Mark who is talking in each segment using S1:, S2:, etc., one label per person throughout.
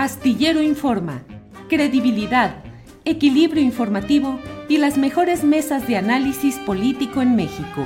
S1: Astillero Informa, credibilidad, equilibrio informativo y las mejores mesas de análisis político en México.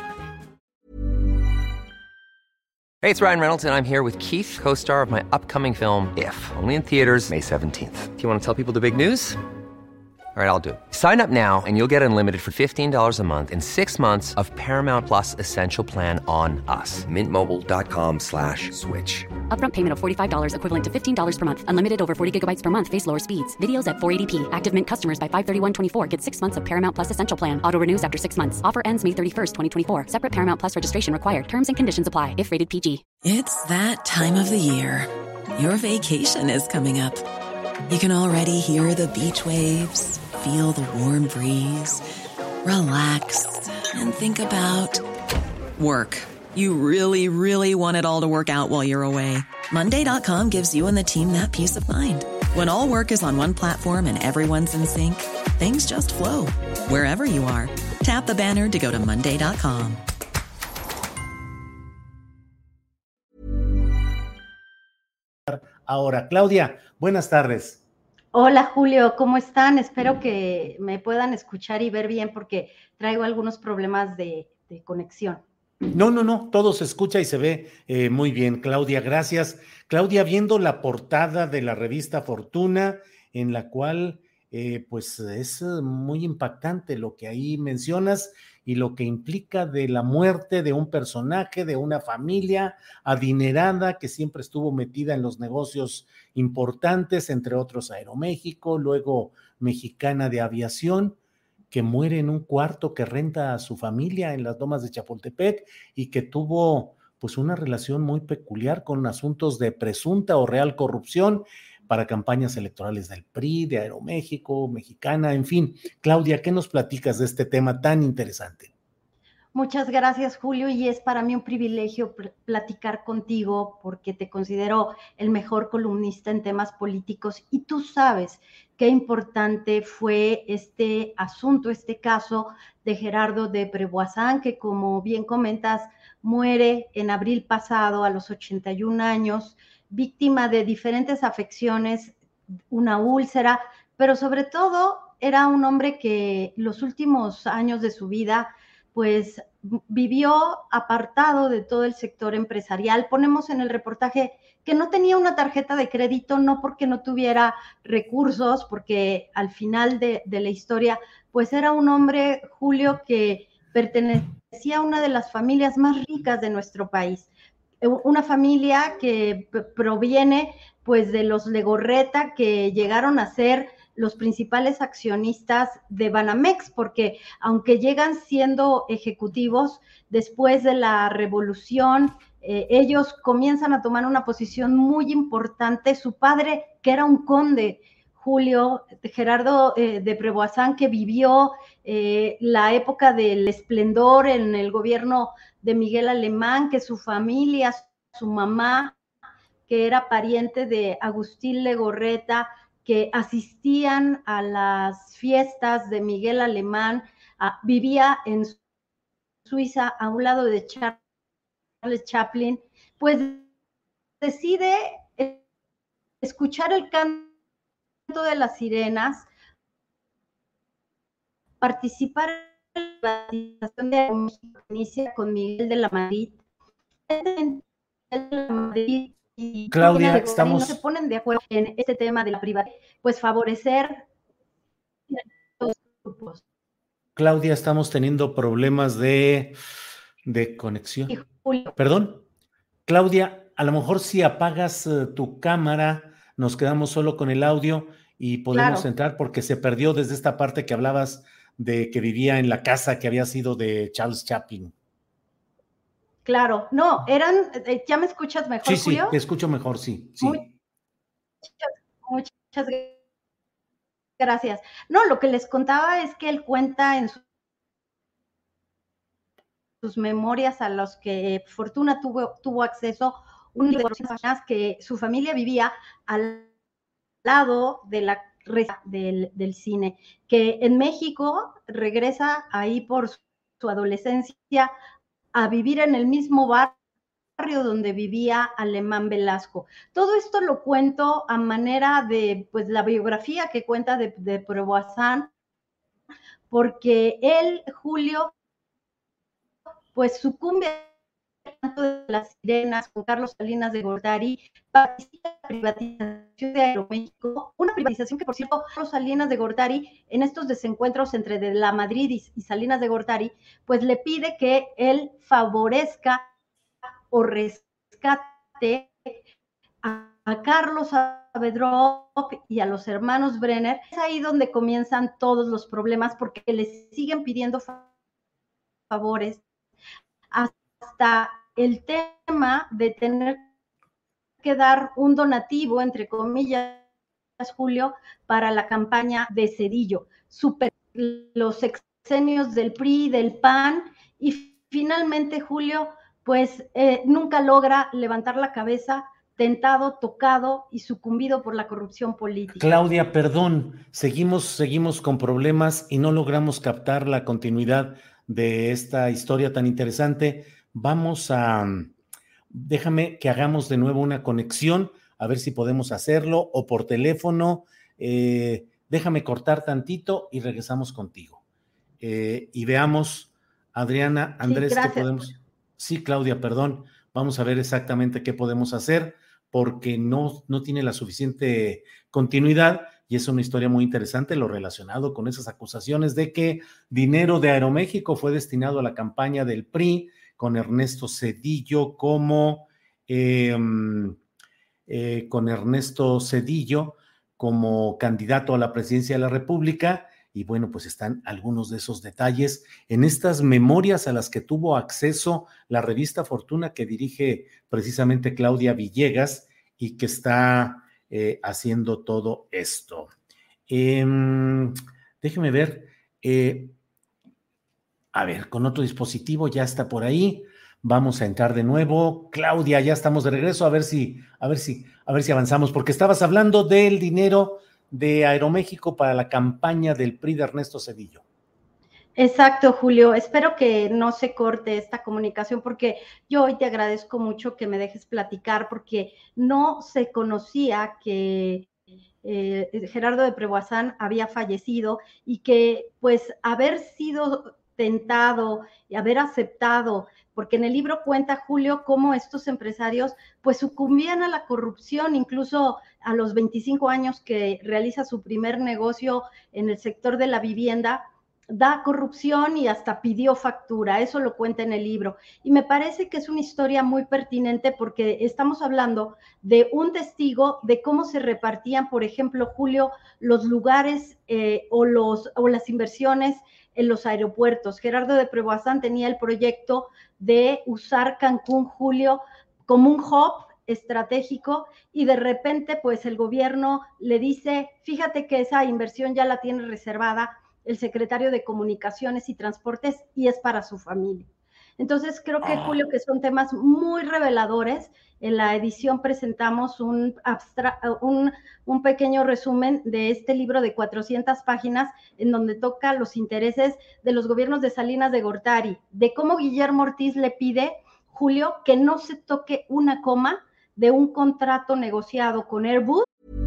S2: Hey, it's Ryan Reynolds, and I'm here with Keith, co-star of my upcoming film, If, only in theaters May 17th. Do you want to tell people the big news? All right, I'll do it. Sign up now and you'll get unlimited for $15 a month and 6 months of Paramount Plus Essential Plan on us. MintMobile.com/switch.
S3: Upfront payment of $45 equivalent to $15 per month. Unlimited over 40 gigabytes per month. Face lower speeds. Videos at 480p. Active Mint customers by 531.24 get 6 months of Paramount Plus Essential Plan. Auto renews after 6 months. Offer ends May 31st, 2024. Separate Paramount Plus registration required. Terms and conditions apply if rated PG.
S4: It's that time of the year. Your vacation is coming up. You can already hear the beach waves, feel the warm breeze, relax, and think about work. You really, really want it all to work out while you're away. Monday.com gives you and the team that peace of mind. When all work is on one platform and everyone's in sync, things just flow. Wherever you are, tap the banner to go to Monday.com.
S5: Ahora, Claudia, buenas tardes.
S6: Hola Julio, ¿cómo están? Espero que me puedan escuchar y ver bien porque traigo algunos problemas de conexión.
S5: No, todo se escucha y se ve muy bien, Claudia, gracias. Claudia, viendo la portada de la revista Fortuna, en la cual pues es muy impactante lo que ahí mencionas y lo que implica de la muerte de un personaje, de una familia adinerada que siempre estuvo metida en los negocios importantes, entre otros Aeroméxico, luego Mexicana de Aviación, que muere en un cuarto que renta a su familia en las Lomas de Chapultepec y que tuvo pues una relación muy peculiar con asuntos de presunta o real corrupción para campañas electorales del PRI, de Aeroméxico, Mexicana, en fin. Claudia, ¿qué nos platicas de este tema tan interesante?
S6: Muchas gracias, Julio, y es para mí un privilegio platicar contigo porque te considero el mejor columnista en temas políticos y tú sabes qué importante fue este asunto, este caso de Gerardo de Prevoisin, que como bien comentas, muere en abril pasado a los 81 años, víctima de diferentes afecciones, una úlcera, pero sobre todo era un hombre que los últimos años de su vida pues vivió apartado de todo el sector empresarial. Ponemos en el reportaje que no tenía una tarjeta de crédito, no porque no tuviera recursos, porque al final de la historia, pues era un hombre, Julio, que pertenecía a una de las familias más ricas de nuestro país. Una familia que proviene pues de los Legorreta, que llegaron a ser los principales accionistas de Banamex, porque aunque llegan siendo ejecutivos, después de la revolución, ellos comienzan a tomar una posición muy importante. Su padre, que era un conde, Julio, Gerardo de Prevoisin, que vivió la época del esplendor en el gobierno de Miguel Alemán, que su familia, su mamá, que era pariente de Agustín Legorreta, que asistían a las fiestas de Miguel Alemán, vivía en Suiza a un lado de Charles Chaplin, pues decide escuchar el canto de las sirenas, participar en la privatización de México, inicia con Miguel de la Madrid, y
S5: Claudia,
S6: no se ponen de acuerdo en este tema de la privatización, pues favorecer los grupos.
S5: Claudia, estamos teniendo problemas de conexión. Perdón. Claudia, a lo mejor si apagas tu cámara, nos quedamos solo con el audio y podemos entrar porque se perdió desde esta parte que hablabas de que vivía en la casa que había sido de Charles Chaplin.
S6: Claro, no, ¿ya me escuchas mejor, Julio?
S5: Sí, te escucho mejor, sí.
S6: Muchas gracias. No, lo que les contaba es que él cuenta en sus memorias a los que Fortuna tuvo acceso, que su familia vivía al lado de la del cine, que en México regresa ahí por su adolescencia a vivir en el mismo barrio barrio donde vivía Alemán Velasco. Todo esto lo cuento a manera de, pues, la biografía que cuenta de Prévost, porque él, Julio, pues sucumbe de las sirenas con Carlos Salinas de Gortari, participa en la privatización de Aeroméxico, una privatización que, por cierto, Carlos Salinas de Gortari, en estos desencuentros entre de la Madrid y Salinas de Gortari, pues le pide que él favorezca o rescate a Carlos Saavedra y a los hermanos Brenner. Es ahí donde comienzan todos los problemas, porque les siguen pidiendo favores hasta el tema de tener que dar un donativo, entre comillas, Julio, para la campaña de Zedillo, los sexenios del PRI, del PAN, y finalmente Julio, pues nunca logra levantar la cabeza, tentado, tocado y sucumbido por la corrupción política.
S5: Claudia, perdón, seguimos con problemas y no logramos captar la continuidad de esta historia tan interesante. Déjame que hagamos de nuevo una conexión, a ver si podemos hacerlo, o por teléfono. Déjame cortar tantito y regresamos contigo. Y veamos, Adriana, Andrés,
S6: sí,
S5: ¿qué podemos? Sí, Claudia, perdón. Vamos a ver exactamente qué podemos hacer, porque no tiene la suficiente continuidad, y es una historia muy interesante lo relacionado con esas acusaciones de que dinero de Aeroméxico fue destinado a la campaña del PRI, con Ernesto Zedillo como candidato a la presidencia de la República. Y bueno, pues están algunos de esos detalles en estas memorias a las que tuvo acceso la revista Fortuna, que dirige precisamente Claudia Villegas y que está haciendo todo esto. Déjeme ver. A ver, con otro dispositivo, ya está por ahí. Vamos a entrar de nuevo. Claudia, ya estamos de regreso. A ver si avanzamos, porque estabas hablando del dinero de Aeroméxico para la campaña del PRI de Ernesto Zedillo.
S6: Exacto, Julio. Espero que no se corte esta comunicación, porque yo hoy te agradezco mucho que me dejes platicar, porque no se conocía que Gerardo de Prévost había fallecido, y que pues haber sido tentado y haber aceptado, porque en el libro cuenta, Julio, cómo estos empresarios pues sucumbían a la corrupción, incluso a los 25 años que realiza su primer negocio en el sector de la vivienda, da corrupción y hasta pidió factura. Eso lo cuenta en el libro, y me parece que es una historia muy pertinente, porque estamos hablando de un testigo de cómo se repartían, por ejemplo, Julio, los lugares o las inversiones en los aeropuertos. Gerardo de Prévost tenía el proyecto de usar Cancún, Julio, como un hub estratégico, y de repente pues el gobierno le dice, fíjate que esa inversión ya la tiene reservada el secretario de Comunicaciones y Transportes, y es para su familia. Entonces creo que, Julio, que son temas muy reveladores. En la edición presentamos un pequeño resumen de este libro de 400 páginas, en donde toca los intereses de los gobiernos de Salinas de Gortari, de cómo Guillermo Ortiz le pide, Julio, que no se toque una coma de un contrato negociado con Airbus.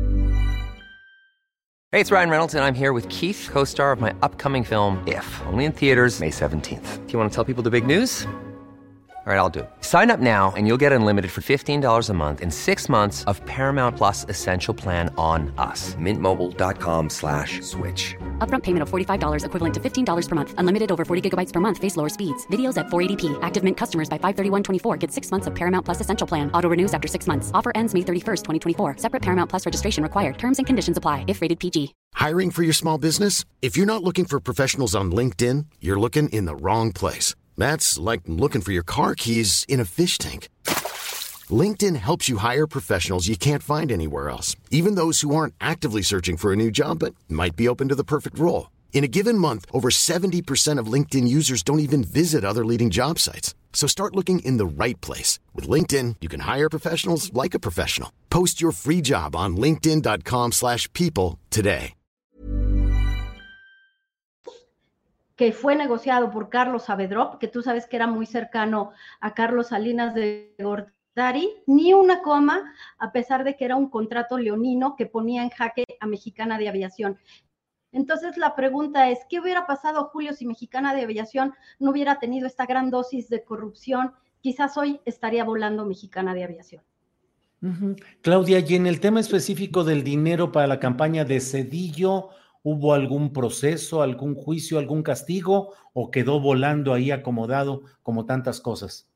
S2: Hey, it's Ryan Reynolds, and I'm here with Keith, co-star of my upcoming film, If, only in theaters May 17th. Do you want to tell people the big news? All right, I'll do it. Sign up now and you'll get unlimited for $15 a month and 6 months of Paramount Plus Essential Plan on us. MintMobile.com/switch.
S3: Upfront payment of $45 equivalent to $15 per month. Unlimited over 40 gigabytes per month. Face lower speeds. Videos at 480p. Active Mint customers by 531.24 get 6 months of Paramount Plus Essential Plan. Auto renews after 6 months. Offer ends May 31st, 2024. Separate Paramount Plus registration required. Terms and conditions apply if rated PG.
S7: Hiring for your small business? If you're not looking for professionals on LinkedIn, you're looking in the wrong place. That's like looking for your car keys in a fish tank. LinkedIn helps you hire professionals you can't find anywhere else, even those who aren't actively searching for a new job but might be open to the perfect role. In a given month, over 70% of LinkedIn users don't even visit other leading job sites. So start looking in the right place. With LinkedIn, you can hire professionals like a professional. Post your free job on linkedin.com/people today.
S6: que fue negociado por Carlos Saavedra, que tú sabes que era muy cercano a Carlos Salinas de Gortari, ni una coma, a pesar de que era un contrato leonino que ponía en jaque a Mexicana de Aviación. Entonces la pregunta es, ¿qué hubiera pasado, Julio, si Mexicana de Aviación no hubiera tenido esta gran dosis de corrupción? Quizás hoy estaría volando Mexicana de Aviación.
S5: Claudia, y en el tema específico del dinero para la campaña de Zedillo, ¿hubo algún proceso, algún juicio, algún castigo o quedó volando ahí acomodado como tantas cosas?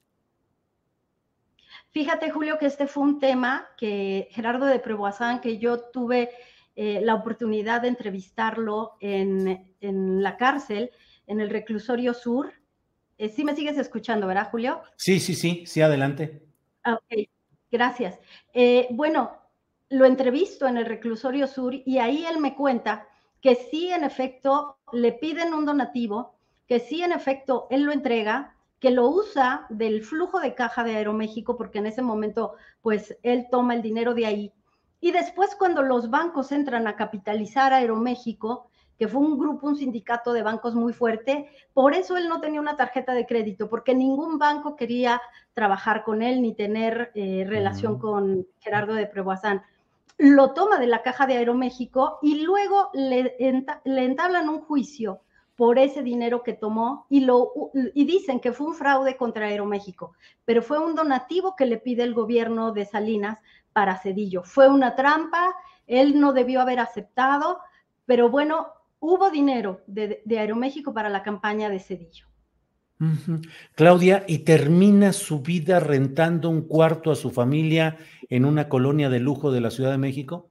S6: Fíjate, Julio, que este fue un tema que Gerardo de Prévoisin, que yo tuve la oportunidad de entrevistarlo en la cárcel, en el reclusorio sur. Sí me sigues escuchando, ¿verdad, Julio?
S5: Sí, adelante.
S6: Ok, gracias. Bueno, lo entrevisto en el reclusorio sur y ahí él me cuenta que sí, en efecto, le piden un donativo, que sí, en efecto, él lo entrega, que lo usa del flujo de caja de Aeroméxico, porque en ese momento, pues, él toma el dinero de ahí. Y después, cuando los bancos entran a capitalizar a Aeroméxico, que fue un grupo, un sindicato de bancos muy fuerte, por eso él no tenía una tarjeta de crédito, porque ningún banco quería trabajar con él ni tener relación con Gerardo de Prévoisin. Lo toma de la caja de Aeroméxico y luego le entablan un juicio por ese dinero que tomó y dicen que fue un fraude contra Aeroméxico, pero fue un donativo que le pide el gobierno de Salinas para Zedillo. Fue una trampa, él no debió haber aceptado, pero bueno, hubo dinero de Aeroméxico para la campaña de Zedillo.
S5: Claudia, y termina su vida rentando un cuarto a su familia en una colonia de lujo de la Ciudad de México.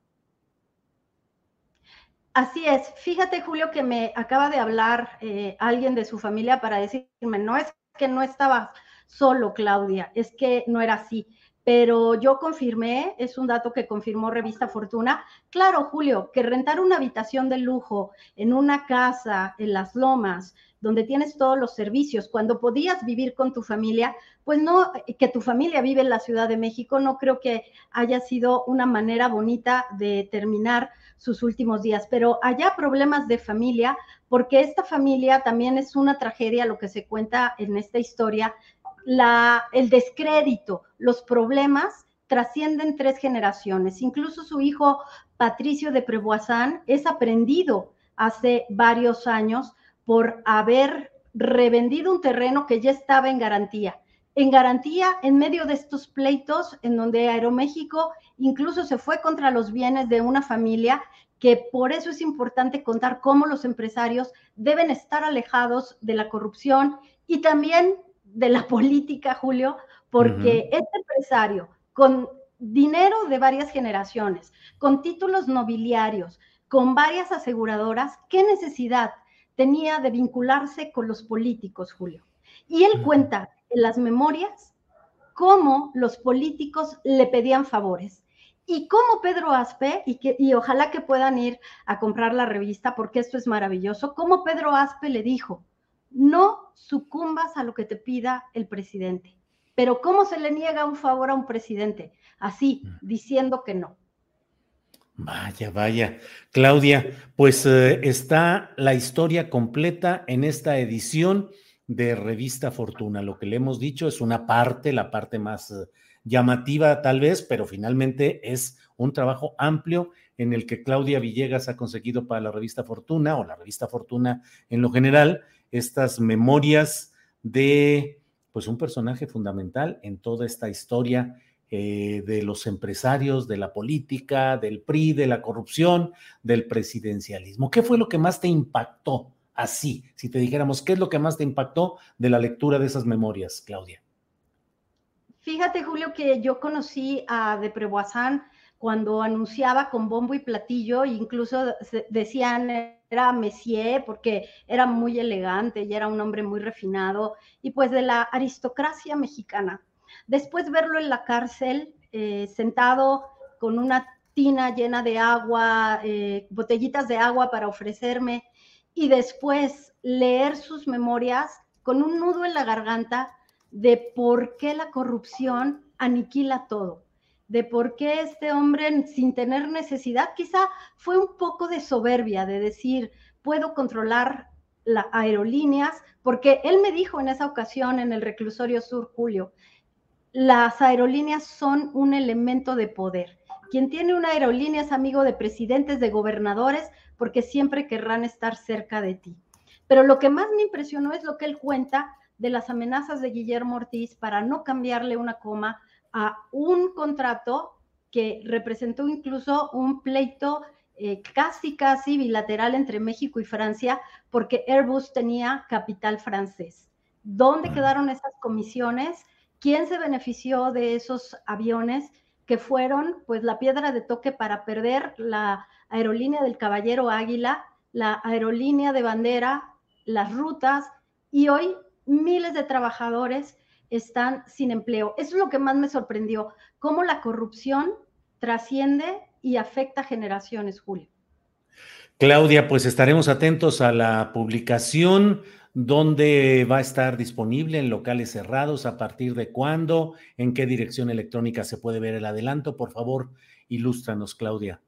S6: Así es. Fíjate, Julio, que me acaba de hablar alguien de su familia para decirme, no es que no estaba solo, Claudia, es que no era así. Pero yo confirmé, es un dato que confirmó Revista Fortuna. Claro, Julio, que rentar una habitación de lujo en una casa en Las Lomas, donde tienes todos los servicios, cuando podías vivir con tu familia, pues no, que tu familia vive en la Ciudad de México, no creo que haya sido una manera bonita de terminar sus últimos días, pero allá problemas de familia, porque esta familia también es una tragedia, lo que se cuenta en esta historia, el descrédito, los problemas trascienden 3 generaciones, incluso su hijo Patricio de Prévoisin es aprendido hace varios años por haber revendido un terreno que ya estaba en garantía en medio de estos pleitos en donde Aeroméxico incluso se fue contra los bienes de una familia, que por eso es importante contar cómo los empresarios deben estar alejados de la corrupción y también de la política, Julio, porque este empresario con dinero de varias generaciones, con títulos nobiliarios, con varias aseguradoras, ¿qué necesidad tenía de vincularse con los políticos, Julio? Y él cuenta en las memorias cómo los políticos le pedían favores y cómo Pedro Aspe, y ojalá que puedan ir a comprar la revista porque esto es maravilloso, cómo Pedro Aspe le dijo, no sucumbas a lo que te pida el presidente. Pero ¿cómo se le niega un favor a un presidente? Así, diciendo que no.
S5: Vaya. Claudia, pues está la historia completa en esta edición de Revista Fortuna. Lo que le hemos dicho es una parte, la parte más llamativa tal vez, pero finalmente es un trabajo amplio en el que Claudia Villegas ha conseguido para la Revista Fortuna o la Revista Fortuna en lo general, estas memorias de pues un personaje fundamental en toda esta historia de los empresarios, de la política, del PRI, de la corrupción, del presidencialismo. ¿Qué fue lo que más te impactó así? Si te dijéramos, ¿qué es lo que más te impactó de la lectura de esas memorias, Claudia?
S6: Fíjate, Julio, que yo conocí a de Prévoisin cuando anunciaba con bombo y platillo, incluso decían era Messier porque era muy elegante y era un hombre muy refinado y pues de la aristocracia mexicana. Después verlo en la cárcel, sentado con una tina llena de agua, botellitas de agua para ofrecerme, y después leer sus memorias con un nudo en la garganta de por qué la corrupción aniquila todo, de por qué este hombre, sin tener necesidad, quizá fue un poco de soberbia, de decir, puedo controlar las aerolíneas, porque él me dijo en esa ocasión en el Reclusorio Sur, Julio, las aerolíneas son un elemento de poder. Quien tiene una aerolínea es amigo de presidentes, de gobernadores, porque siempre querrán estar cerca de ti. Pero lo que más me impresionó es lo que él cuenta de las amenazas de Guillermo Ortiz para no cambiarle una coma a un contrato que representó incluso un pleito casi bilateral entre México y Francia, porque Airbus tenía capital francés. ¿Dónde quedaron esas comisiones? ¿Quién se benefició de esos aviones que fueron pues la piedra de toque para perder la aerolínea del Caballero Águila, la aerolínea de bandera, las rutas, y hoy miles de trabajadores están sin empleo? Eso es lo que más me sorprendió, cómo la corrupción trasciende y afecta generaciones, Julio.
S5: Claudia, pues estaremos atentos a la publicación. ¿Dónde va a estar disponible? ¿En locales cerrados? ¿A partir de cuándo? ¿En qué dirección electrónica se puede ver el adelanto? Por favor, ilústranos, Claudia.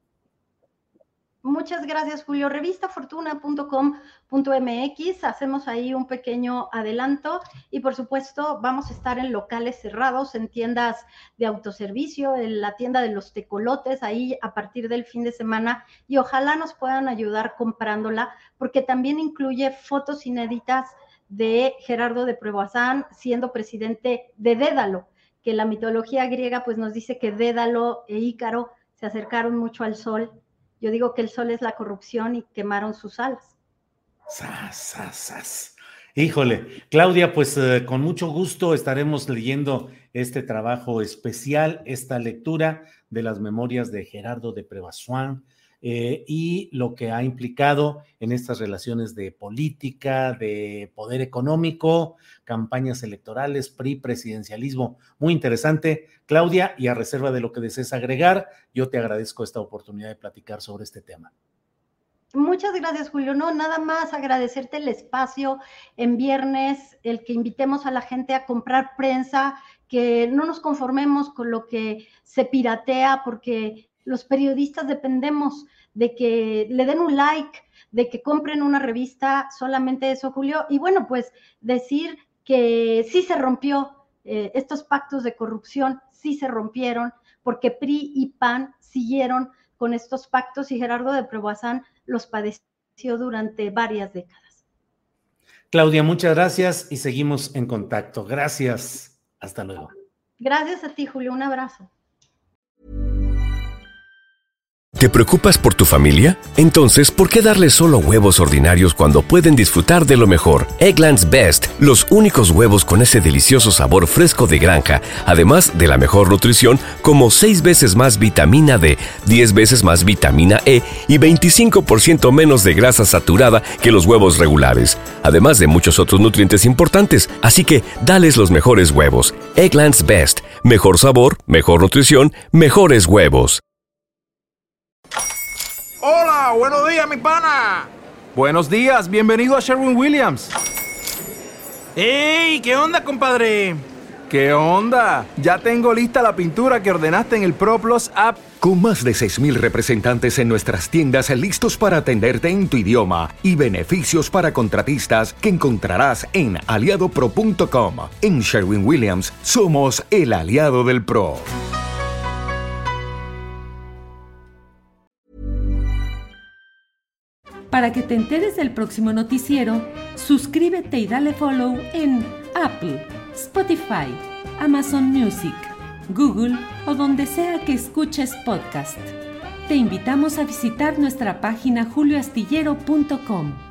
S6: Muchas gracias, Julio. Revistafortuna.com.mx, hacemos ahí un pequeño adelanto y por supuesto vamos a estar en locales cerrados, en tiendas de autoservicio, en la tienda de los tecolotes, ahí a partir del fin de semana, y ojalá nos puedan ayudar comprándola, porque también incluye fotos inéditas de Gerardo de Prevoazán siendo presidente de Dédalo, que la mitología griega pues nos dice que Dédalo e Ícaro se acercaron mucho al sol. Yo digo que el sol es la corrupción y quemaron sus alas.
S5: Híjole, Claudia, pues con mucho gusto estaremos leyendo este trabajo especial, esta lectura de las memorias de Gerardo de Prevoazán y lo que ha implicado en estas relaciones de política, de poder económico, campañas electorales, PRI, presidencialismo. Muy interesante, Claudia, y a reserva de lo que desees agregar, yo te agradezco esta oportunidad de platicar sobre este tema.
S6: Muchas gracias, Julio. No, nada más agradecerte el espacio en viernes, el que invitemos a la gente a comprar prensa, que no nos conformemos con lo que se piratea, porque los periodistas dependemos de que le den un like, de que compren una revista, solamente eso, Julio. Y bueno, pues decir que sí se rompió estos pactos de corrupción, sí se rompieron, porque PRI y PAN siguieron con estos pactos y Gerardo de Prevoazán los padeció durante varias décadas.
S5: Claudia, muchas gracias y seguimos en contacto. Gracias. Hasta luego.
S6: Gracias a ti, Julio. Un abrazo.
S8: ¿Te preocupas por tu familia? Entonces, ¿por qué darles solo huevos ordinarios cuando pueden disfrutar de lo mejor? Eggland's Best, los únicos huevos con ese delicioso sabor fresco de granja, además de la mejor nutrición, como 6 veces más vitamina D, 10 veces más vitamina E y 25% menos de grasa saturada que los huevos regulares, además de muchos otros nutrientes importantes. Así que, dales los mejores huevos. Eggland's Best, mejor sabor, mejor nutrición, mejores huevos.
S9: ¡Hola! ¡Buenos días, mi pana!
S10: Buenos días, bienvenido a Sherwin-Williams.
S9: ¡Ey! ¿Qué onda, compadre?
S10: ¿Qué onda? Ya tengo lista la pintura que ordenaste en el ProPlus app.
S11: Con más de 6,000 representantes en nuestras tiendas listos para atenderte en tu idioma y beneficios para contratistas que encontrarás en aliadopro.com. En Sherwin-Williams somos el aliado del pro.
S1: Para que te enteres del próximo noticiero, suscríbete y dale follow en Apple, Spotify, Amazon Music, Google o donde sea que escuches podcast. Te invitamos a visitar nuestra página julioastillero.com.